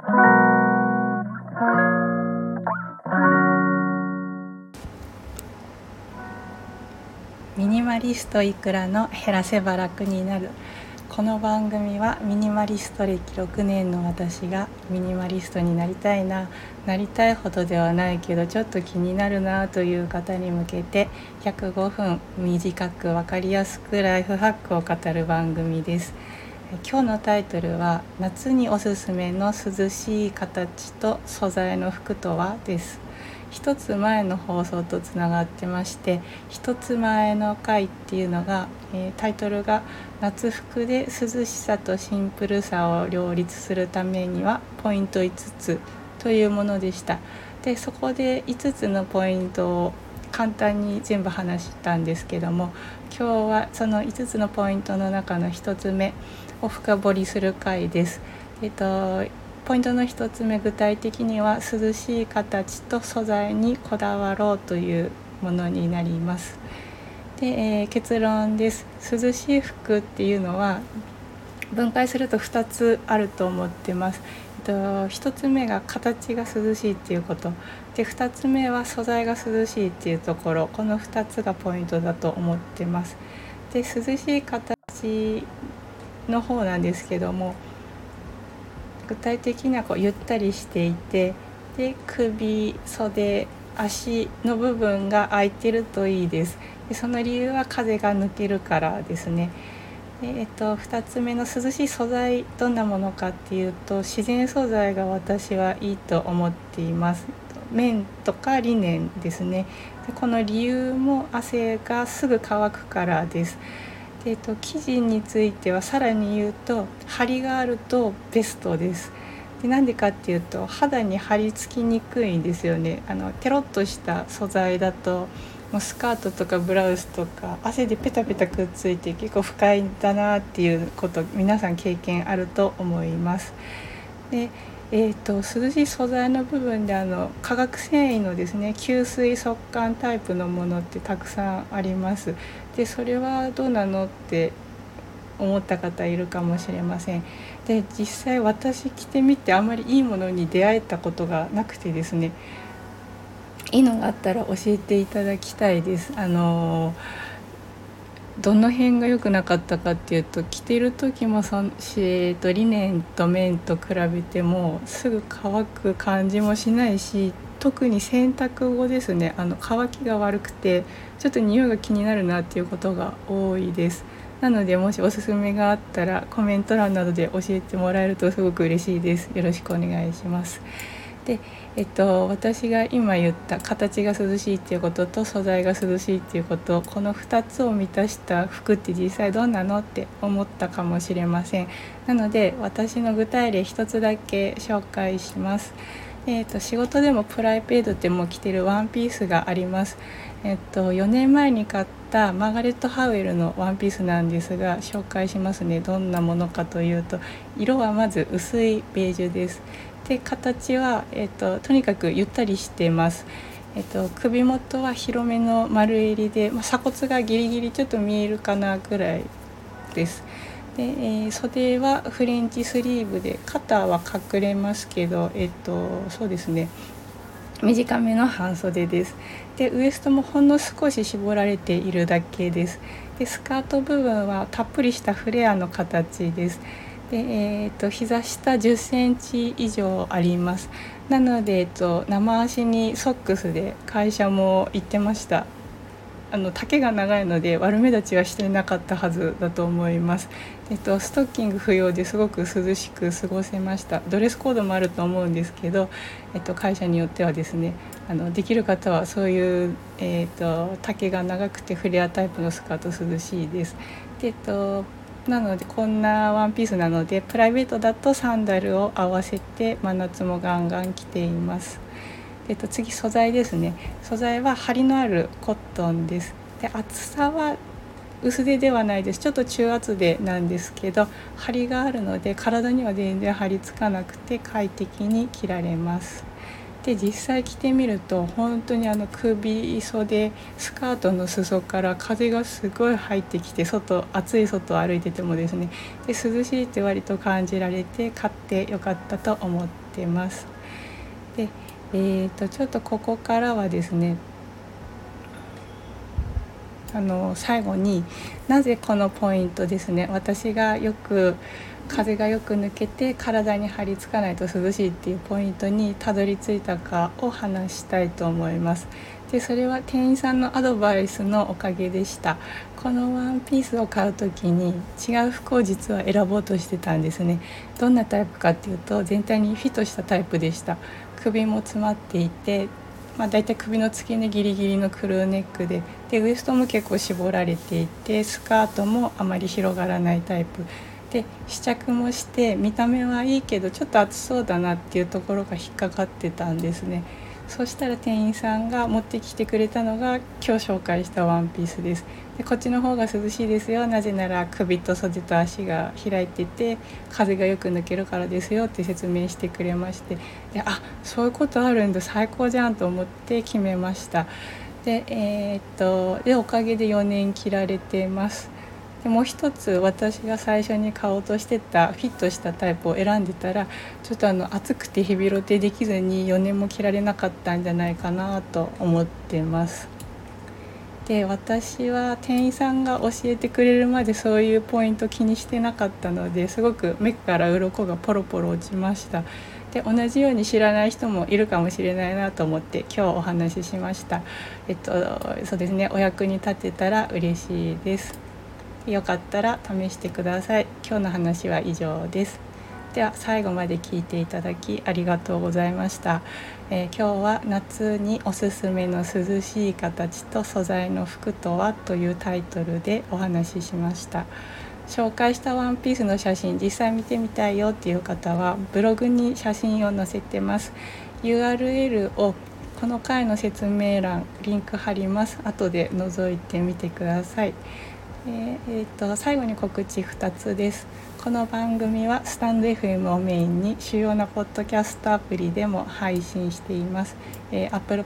ミニマリストいくらの減らせば楽になる。この番組はミニマリスト歴6年の私がミニマリストになりたいな、なりたいほどではないけどちょっと気になるなという方に向けて約5分短く分かりやすくライフハックを語る番組です。今日のタイトルは夏におすすめの涼しい形と素材の服とはです。一つ前の放送とつながってまして、一つ前の回っていうのが、タイトルが夏服で涼しさとシンプルさを両立するためにはポイント5つというものでした。でそこで5つのポイントを簡単に全部話したんですけども、今日はその5つのポイントの中の1つ目を深掘りする回です。ポイントの1つ目、具体的には涼しい形と素材にこだわろうというものになります。で、結論です。涼しい服っていうのは分解すると2つあると思ってます。1つ目が形が涼しいっていうことで、2つ目は素材が涼しいっていうところ、この2つがポイントだと思ってます。で、涼しい形の方なんですけども、具体的にはゆったりしていて、で首、袖、足の部分が空いてるといいです。でその理由は風が抜けるからですね。で2つ目の涼しい素材、どんなものかっていうと、自然素材が私はいいと思っています。綿とかリネンですね。でこの理由も汗がすぐ乾くからです。生地についてはさらに言うと、張りがあるとベストです。でなんでかっていうと、肌に張り付きにくいんですよね。テロッとした素材だともうスカートとかブラウスとか汗でペタペタくっついて結構不快だなっていうこと皆さん経験あると思います。で涼しい素材の部分で化学繊維のですね、吸水速乾タイプのものってたくさんあります。でそれはどうなのって思った方いるかもしれません。で実際私着てみてあまりいいものに出会えたことがなくてですね、いいのがあったら教えていただきたいです。どの辺が良くなかったかっていうと、着てる時もリネンと綿と比べてもすぐ乾く感じもしないし、特に洗濯後ですね、乾きが悪くてちょっと匂いが気になるなっていうことが多いです。なのでもしおすすめがあったらコメント欄などで教えてもらえるとすごく嬉しいです。よろしくお願いします。で私が今言った形が涼しいっていうことと素材が涼しいっていうこと、この2つを満たした服って実際どんなのって思ったかもしれません。なので私の具体例1つだけ紹介します。仕事でもプライベートでも着てるワンピースがあります。4年前に買ったマーガレット・ハウエルのワンピースなんですが、紹介しますね。どんなものかというと、色はまず薄いベージュです。で形は、とにかくゆったりしています。首元は広めの丸襟で、鎖骨がギリギリちょっと見えるかなぐらいです。で、袖はフレンチスリーブで、肩は隠れますけど、そうですね、短めの半袖です。でウエストもほんの少し絞られているだけです。でスカート部分はたっぷりしたフレアの形です。で、膝下10センチ以上あります。なので、生足にソックスで会社も行ってました。丈が長いので悪目立ちはしてなかったはずだと思います。ストッキング不要ですごく涼しく過ごせました。ドレスコードもあると思うんですけど、会社によってはですね、できる方はそういう、丈が長くてフレアタイプのスカート涼しいです。で、なのでこんなワンピースなので、プライベートだとサンダルを合わせて真夏もガンガン着ています。次、素材ですね。素材は張りのあるコットンです。で厚さは薄手ではないです。ちょっと中厚でなんですけど、張りがあるので体には全然張り付かなくて快適に着られます。で実際着てみると本当に首袖スカートの裾から風がすごい入ってきて、暑い外を歩いててもですね、で涼しいって割と感じられて買ってよかったと思っててます。で、ちょっとここからはですね、最後になぜこのポイントですね、私が風がよく抜けて体に張り付かないと涼しいっていうポイントにたどり着いたかを話したいと思います。でそれは店員さんのアドバイスのおかげでした。このワンピースを買う時に違う服を実は選ぼうとしてたんですね。どんなタイプかっていうと、全体にフィットしたタイプでした。首も詰まっていて、だいたい首の付け根ギリギリのクルーネックで、ウエストも結構絞られていて、スカートもあまり広がらないタイプで、試着もして見た目はいいけどちょっと暑そうだなっていうところが引っかかってたんですね。そしたら店員さんが持ってきてくれたのが今日紹介したワンピースです。でこっちの方が涼しいですよ、なぜなら首と袖と足が開いてて風がよく抜けるからですよって説明してくれまして、でそういうことあるんだ、最高じゃんと思って決めました。でおかげで4年着られてます。でもう一つ、私が最初に買おうとしてたフィットしたタイプを選んでたら、ちょっと暑くてヘビロテできずに4年も着られなかったんじゃないかなと思ってます。で私は店員さんが教えてくれるまでそういうポイント気にしてなかったので、すごく目から鱗がポロポロ落ちました。で同じように知らない人もいるかもしれないなと思って今日お話ししました。そうですね、お役に立てたら嬉しいです。よかったら試してください。今日の話は以上です。では最後まで聞いていただきありがとうございました。今日は夏におすすめの涼しい形と素材の服とはというタイトルでお話ししました。紹介したワンピースの写真実際見てみたいよっていう方はブログに写真を載せてます。 URL をこの回の説明欄リンク貼ります。後で覗いてみてください。最後に告知2つです。この番組はスタンド FM をメインに主要なポッドキャストアプリでも配信しています。Apple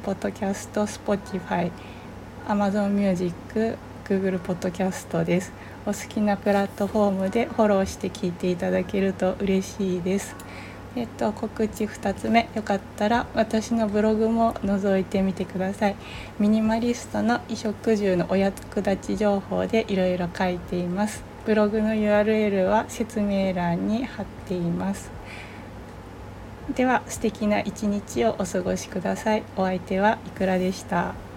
Podcast、Spotify、Amazon Music、Google Podcast です。お好きなプラットフォームでフォローして聞いていただけると嬉しいです。告知2つ目、よかったら私のブログも覗いてみてください。ミニマリストの衣食住のお役立ち情報でいろいろ書いています。ブログの URL は説明欄に貼っています。では素敵な一日をお過ごしください。お相手はいくらでした。